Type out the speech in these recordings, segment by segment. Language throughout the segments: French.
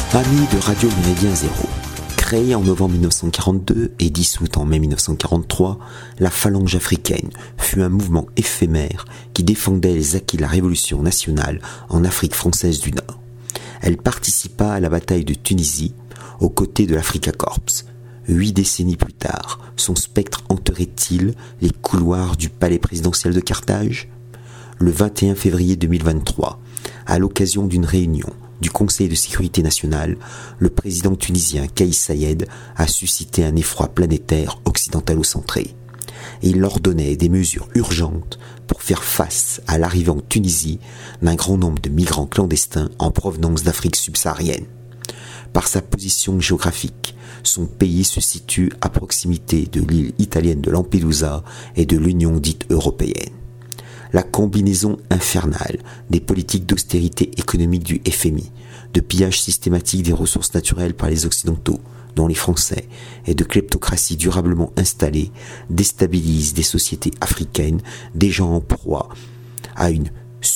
Amis de Radio Méridien Zéro. Créée en novembre 1942 et dissoute en mai 1943, la Phalange africaine fut un mouvement éphémère qui défendait les acquis de la Révolution nationale en Afrique française du Nord. Elle participa à la bataille de Tunisie aux côtés de l'Africa Corps. 8 décennies plus tard, son spectre hanterait-il les couloirs du palais présidentiel de Carthage ? Le 21 février 2023, à l'occasion d'une réunion du Conseil de sécurité nationale, le président tunisien Kais Saied a suscité un effroi planétaire occidentalo-centré. Il ordonnait des mesures urgentes pour faire face à l'arrivée en Tunisie d'un grand nombre de migrants clandestins en provenance d'Afrique subsaharienne. Par sa position géographique, son pays se situe à proximité de l'île italienne de Lampedusa et de l'Union dite européenne. La combinaison infernale des politiques d'austérité économique du FMI, de pillage systématique des ressources naturelles par les Occidentaux, dont les Français, et de kleptocratie durablement installée, déstabilise des sociétés africaines déjà en proie à une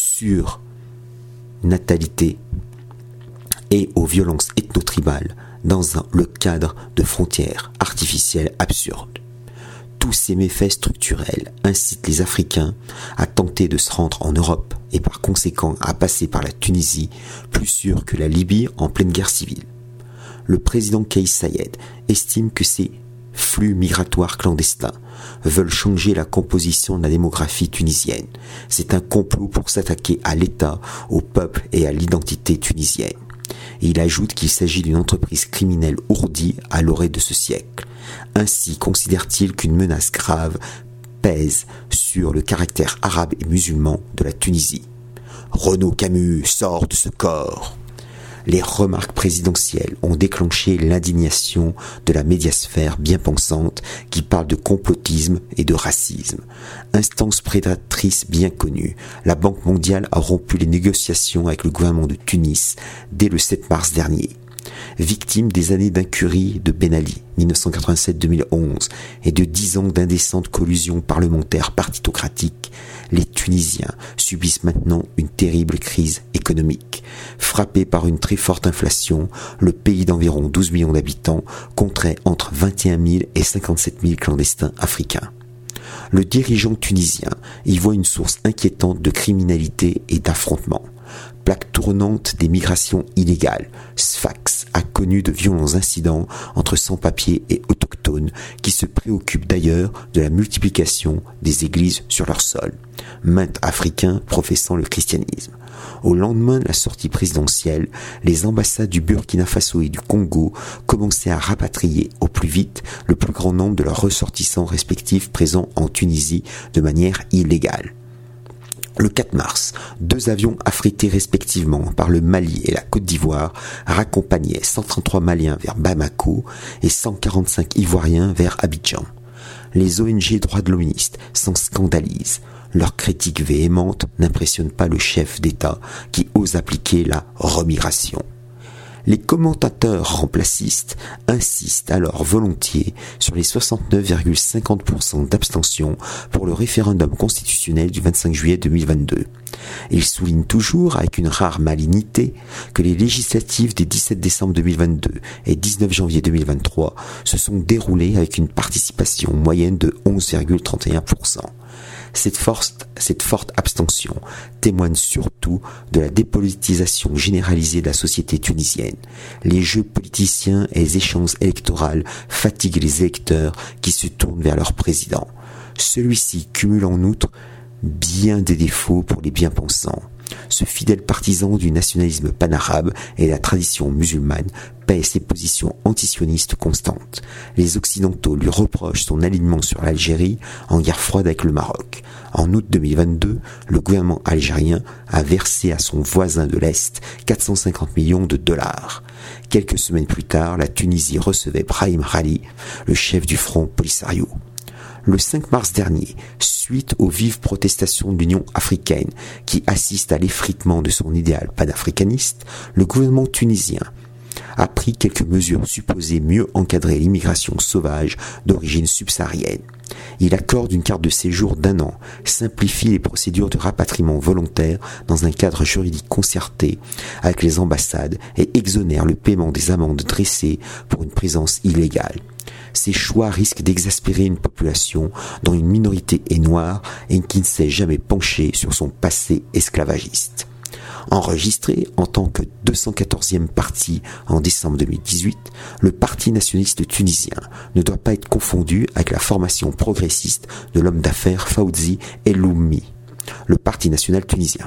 surnatalité et aux violences ethno-tribales dans le cadre de frontières artificielles absurdes. Tous ces méfaits structurels incitent les Africains à tenter de se rendre en Europe et par conséquent à passer par la Tunisie, plus sûre que la Libye en pleine guerre civile. Le président Kais Saied estime que ces flux migratoires clandestins veulent changer la composition de la démographie tunisienne. C'est un complot pour s'attaquer à l'État, au peuple et à l'identité tunisienne. Il ajoute qu'il s'agit d'une entreprise criminelle ourdie à l'orée de ce siècle. Ainsi considère-t-il qu'une menace grave pèse sur le caractère arabe et musulman de la Tunisie. Renaud Camus sort de ce corps. Les remarques présidentielles ont déclenché l'indignation de la médiasphère bien pensante qui parle de complotisme et de racisme. Instance prédatrice bien connue, la Banque mondiale a rompu les négociations avec le gouvernement de Tunis dès le 7 mars dernier. Victime des années d'incurie de Ben Ali, 1987-2011, et de 10 ans d'indécente collusion parlementaire partitocratique, les Tunisiens subissent maintenant une terrible crise économique. Frappé par une très forte inflation, le pays d'environ 12 millions d'habitants compterait entre 21 000 et 57 000 clandestins africains. Le dirigeant tunisien y voit une source inquiétante de criminalité et d'affrontements. Plaque tournante des migrations illégales, Sfax a connu de violents incidents entre sans-papiers et autochtones qui se préoccupent d'ailleurs de la multiplication des églises sur leur sol, maintes Africains professant le christianisme. Au lendemain de la sortie présidentielle, les ambassades du Burkina Faso et du Congo commençaient à rapatrier au plus vite le plus grand nombre de leurs ressortissants respectifs présents en Tunisie de manière illégale. Le 4 mars, 2 avions affrétés respectivement par le Mali et la Côte d'Ivoire raccompagnaient 133 Maliens vers Bamako et 145 Ivoiriens vers Abidjan. Les ONG droits de l'hommiste s'en scandalisent. Leur critique véhémente n'impressionne pas le chef d'État qui ose appliquer la remigration. Les commentateurs remplacistes insistent alors volontiers sur les 69,50% d'abstention pour le référendum constitutionnel du 25 juillet 2022. Ils soulignent toujours, avec une rare malignité, que les législatives des 17 décembre 2022 et 19 janvier 2023 se sont déroulées avec une participation moyenne de 11,31%. Cette forte abstention témoigne surtout de la dépolitisation généralisée de la société tunisienne. Les jeux politiciens et les échanges électoraux fatiguent les électeurs qui se tournent vers leur président. Celui-ci cumule en outre bien des défauts pour les bien-pensants. Ce fidèle partisan du nationalisme panarabe et de la tradition musulmane paie ses positions antisionistes constantes. Les Occidentaux lui reprochent son alignement sur l'Algérie en guerre froide avec le Maroc. En août 2022, le gouvernement algérien a versé à son voisin de l'Est 450 millions de dollars. Quelques semaines plus tard, la Tunisie recevait Brahim Ghali, le chef du Front Polisario. Le 5 mars dernier, suite aux vives protestations de l'Union africaine qui assiste à l'effritement de son idéal panafricaniste, le gouvernement tunisien a pris quelques mesures supposées mieux encadrer l'immigration sauvage d'origine subsaharienne. Il accorde une carte de séjour d'1 an, simplifie les procédures de rapatriement volontaire dans un cadre juridique concerté avec les ambassades et exonère le paiement des amendes dressées pour une présence illégale. Ces choix risquent d'exaspérer une population dont une minorité est noire et qui ne s'est jamais penchée sur son passé esclavagiste. Enregistré en tant que 214e parti en décembre 2018, le Parti nationaliste tunisien ne doit pas être confondu avec la formation progressiste de l'homme d'affaires Fawzi Elloumi, le Parti national tunisien.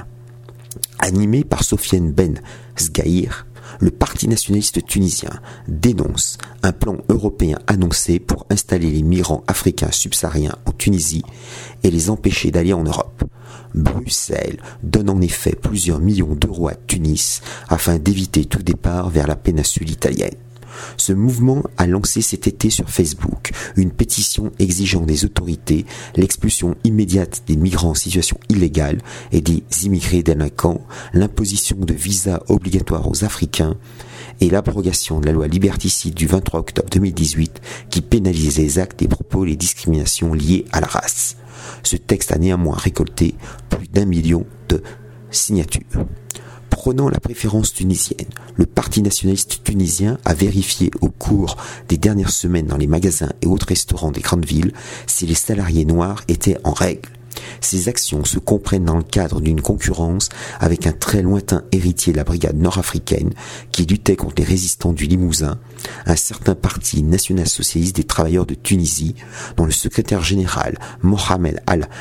Animé par Sofiane Ben Sgaïr, le Parti nationaliste tunisien dénonce un plan européen annoncé pour installer les migrants africains subsahariens en Tunisie et les empêcher d'aller en Europe. Bruxelles donne en effet plusieurs millions d'euros à Tunis afin d'éviter tout départ vers la péninsule italienne. Ce mouvement a lancé cet été sur Facebook une pétition exigeant des autorités l'expulsion immédiate des migrants en situation illégale et des immigrés délinquants, l'imposition de visas obligatoires aux Africains et l'abrogation de la loi liberticide du 23 octobre 2018 qui pénalise les actes, les propos et les discriminations liées à la race. Ce texte a néanmoins récolté plus d'1 million de signatures. Prônant la préférence tunisienne, le Parti nationaliste tunisien a vérifié au cours des dernières semaines dans les magasins et autres restaurants des grandes villes si les salariés noirs étaient en règle. Ces actions se comprennent dans le cadre d'une concurrence avec un très lointain héritier de la brigade nord-africaine qui luttait contre les résistants du Limousin, un certain parti national-socialiste des travailleurs de Tunisie, dont le secrétaire général Mohamed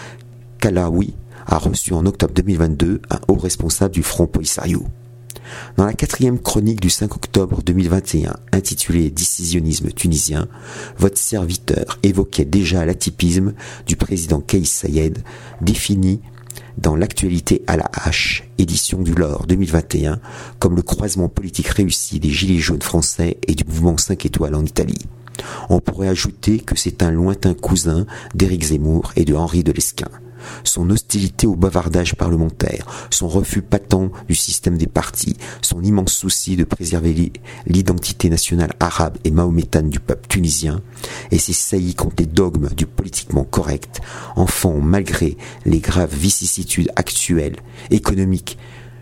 Al-Kalaoui a reçu en octobre 2022 un haut responsable du Front Polisario. Dans la 4e chronique du 5 octobre 2021, intitulée « Décisionnisme tunisien », votre serviteur évoquait déjà l'atypisme du président Kais Saied, défini dans l'actualité à la hache, édition du L'Or 2021, comme le croisement politique réussi des Gilets jaunes français et du mouvement 5 étoiles en Italie. On pourrait ajouter que c'est un lointain cousin d'Éric Zemmour et de Henri de Lesquen. Son hostilité au bavardage parlementaire, son refus patent du système des partis, son immense souci de préserver l'identité nationale arabe et mahométane du peuple tunisien, et ses saillies contre les dogmes du politiquement correct, en font, malgré les graves vicissitudes actuelles, économiques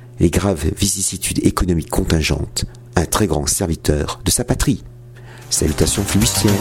contingentes, un très grand serviteur de sa patrie. Salutations flibustières.